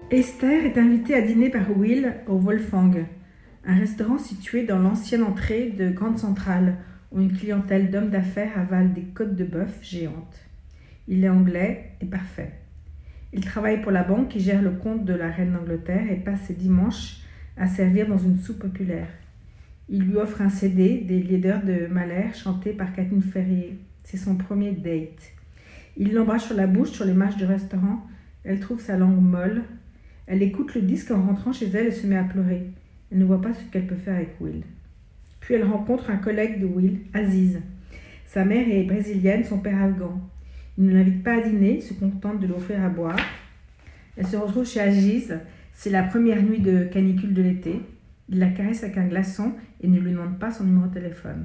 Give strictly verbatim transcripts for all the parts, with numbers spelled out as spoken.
Esther est invitée à dîner par Will au Wolfgang, un restaurant situé dans l'ancienne entrée de Grande Centrale, où une clientèle d'hommes d'affaires avale des côtes de bœuf géantes. Il est anglais et parfait. Il travaille pour la banque qui gère le compte de la reine d'Angleterre et passe ses dimanches à servir dans une soupe populaire. Il lui offre un C D des Lieder de Mahler chantés par Kathleen Ferrier. C'est son premier date. Il l'embrasse sur la bouche sur les marches du restaurant. Elle trouve sa langue molle. Elle écoute le disque en rentrant chez elle et se met à pleurer. Elle ne voit pas ce qu'elle peut faire avec Will. Puis elle rencontre un collègue de Will, Aziz. Sa mère est brésilienne, son père afghan. Il ne l'invite pas à dîner, il se contente de l'offrir à boire. Elle se retrouve chez Aziz. C'est la première nuit de canicule de l'été. Il la caresse avec un glaçon et ne lui demande pas son numéro de téléphone.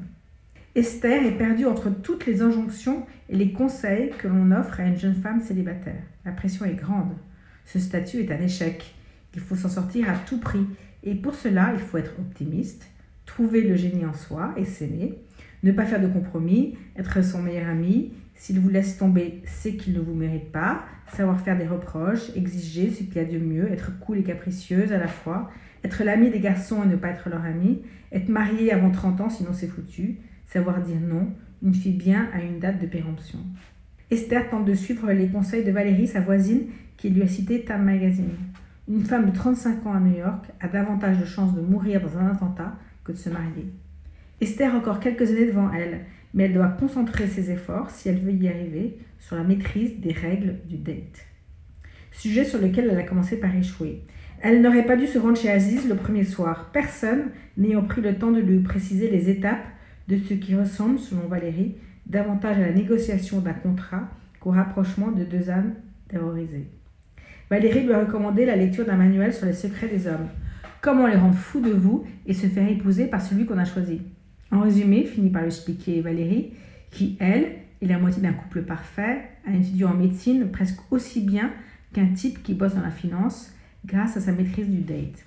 Esther est perdue entre toutes les injonctions et les conseils que l'on offre à une jeune femme célibataire. La pression est grande. Ce statut est un échec. Il faut s'en sortir à tout prix. Et pour cela, il faut être optimiste, trouver le génie en soi et s'aimer, ne pas faire de compromis, être son meilleur ami. S'il vous laisse tomber, c'est qu'il ne vous mérite pas. Savoir faire des reproches, exiger ce qu'il y a de mieux, être cool et capricieuse à la fois, être l'ami des garçons et ne pas être leur ami, être mariée avant trente ans, sinon c'est foutu, savoir dire non, une fille bien à une date de péremption. Esther tente de suivre les conseils de Valérie, sa voisine, qui lui a cité Time Magazine. Une femme de trente-cinq ans à New York a davantage de chances de mourir dans un attentat que de se marier. Esther a encore quelques années devant elle, mais elle doit concentrer ses efforts, si elle veut y arriver, sur la maîtrise des règles du date. Sujet sur lequel elle a commencé par échouer. Elle n'aurait pas dû se rendre chez Aziz le premier soir, personne n'ayant pris le temps de lui préciser les étapes de ce qui ressemble, selon Valérie, davantage à la négociation d'un contrat qu'au rapprochement de deux âmes terrorisées. Valérie lui a recommandé la lecture d'un manuel sur les secrets des hommes. Comment les rendre fous de vous et se faire épouser par celui qu'on a choisi. En résumé, finit par lui expliquer Valérie, qui, elle, est la moitié d'un couple parfait, un étudiant en médecine presque aussi bien qu'un type qui bosse dans la finance, grâce à sa maîtrise du date.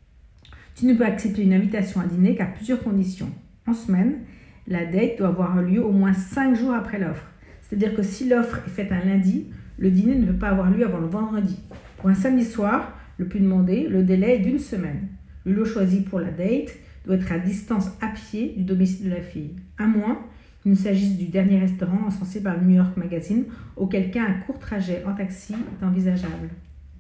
Tu ne peux accepter une invitation à dîner qu'à plusieurs conditions. En semaine, la date doit avoir lieu au moins cinq jours après l'offre. C'est-à-dire que si l'offre est faite un lundi, le dîner ne peut pas avoir lieu avant le vendredi. Pour un samedi soir, le plus demandé, le délai est d'une semaine. Le lieu choisi pour la date doit être à distance à pied du domicile de la fille, à moins qu'il ne s'agisse du dernier restaurant encensé par le New York Magazine, auquel cas un court trajet en taxi est envisageable.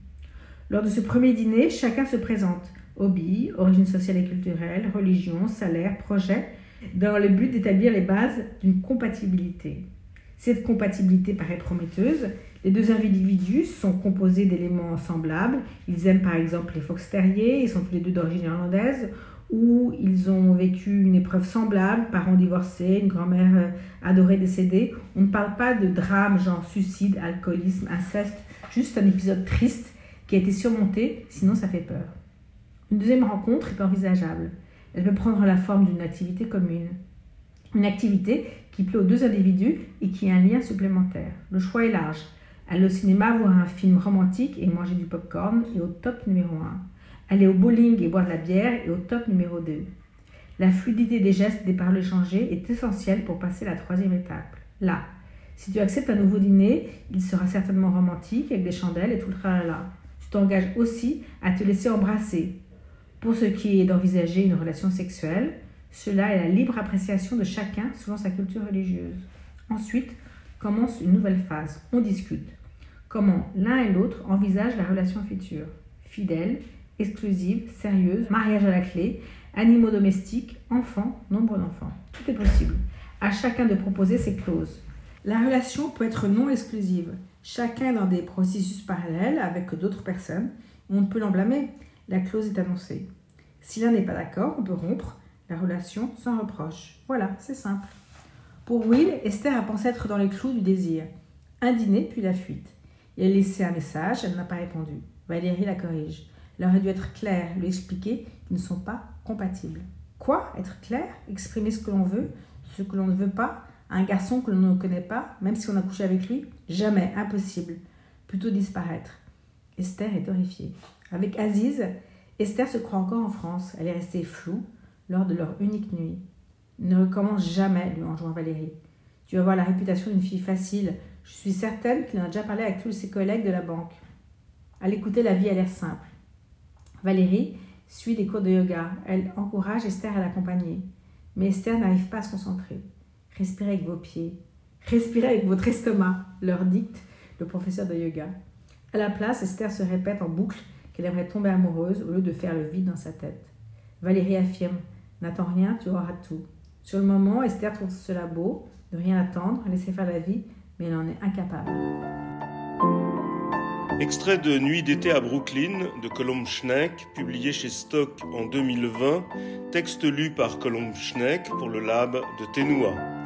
Lors de ce premier dîner, chacun se présente. Hobby, origine sociale et culturelle, religion, salaire, projet, dans le but d'établir les bases d'une compatibilité. Cette compatibilité paraît prometteuse. Les deux individus sont composés d'éléments semblables. Ils aiment par exemple les fox terriers, ils sont tous les deux d'origine irlandaise, ou ils ont vécu une épreuve semblable, parents divorcés, une grand-mère adorée décédée. On ne parle pas de drame genre suicide, alcoolisme, inceste, juste un épisode triste qui a été surmonté, sinon ça fait peur. Une deuxième rencontre est envisageable. Elle peut prendre la forme d'une activité commune. Une activité qui plaît aux deux individus et qui a un lien supplémentaire. Le choix est large. Aller au cinéma, voir un film romantique et manger du popcorn est au top numéro un. Aller au bowling et boire de la bière est au top numéro deux. La fluidité des gestes et des paroles échangées est essentielle pour passer à la troisième étape. Là, si tu acceptes un nouveau dîner, il sera certainement romantique avec des chandelles et tout le tralala. Tu t'engages aussi à te laisser embrasser. Pour ce qui est d'envisager une relation sexuelle, cela est la libre appréciation de chacun selon sa culture religieuse. Ensuite, commence une nouvelle phase. On discute. Comment l'un et l'autre envisagent la relation future. Fidèle, exclusive, sérieuse, mariage à la clé, animaux domestiques, enfants, nombre d'enfants. Tout est possible. À chacun de proposer ses clauses. La relation peut être non exclusive. Chacun est dans des processus parallèles avec d'autres personnes. On ne peut l'en blâmer. La clause est annoncée. Si l'un n'est pas d'accord, on peut rompre la relation sans reproche. Voilà, c'est simple. Pour Will, Esther a pensé être dans les clous du désir. Un dîner, puis la fuite. Il a laissé un message, elle n'a pas répondu. Valérie la corrige. Elle aurait dû être claire, lui expliquer qu'ils ne sont pas compatibles. Quoi ? Être clair ? Exprimer ce que l'on veut, ce que l'on ne veut pas, à un garçon que l'on ne connaît pas, même si on a couché avec lui ? Jamais, impossible. Plutôt disparaître. Esther est horrifiée. Avec Aziz, Esther se croit encore en France. Elle est restée floue lors de leur unique nuit. Ne recommence jamais, lui enjoint Valérie. Tu vas avoir la réputation d'une fille facile. Je suis certaine qu'il en a déjà parlé avec tous ses collègues de la banque. À l'écouter, la vie a l'air simple. Valérie suit des cours de yoga. Elle encourage Esther à l'accompagner. Mais Esther n'arrive pas à se concentrer. Respirez avec vos pieds. Respirez avec votre estomac, leur dicte le professeur de yoga. À la place, Esther se répète en boucle qu'elle aimerait tomber amoureuse au lieu de faire le vide dans sa tête. Valérie affirme « N'attends rien, tu auras tout ». Sur le moment, Esther trouve cela beau, de rien attendre, laisser faire la vie, mais elle en est incapable. Extrait de Nuit d'été à Brooklyn de Colombe Schneck, publié chez Stock en deux mille vingt, texte lu par Colombe Schneck pour le lab de Ténoua.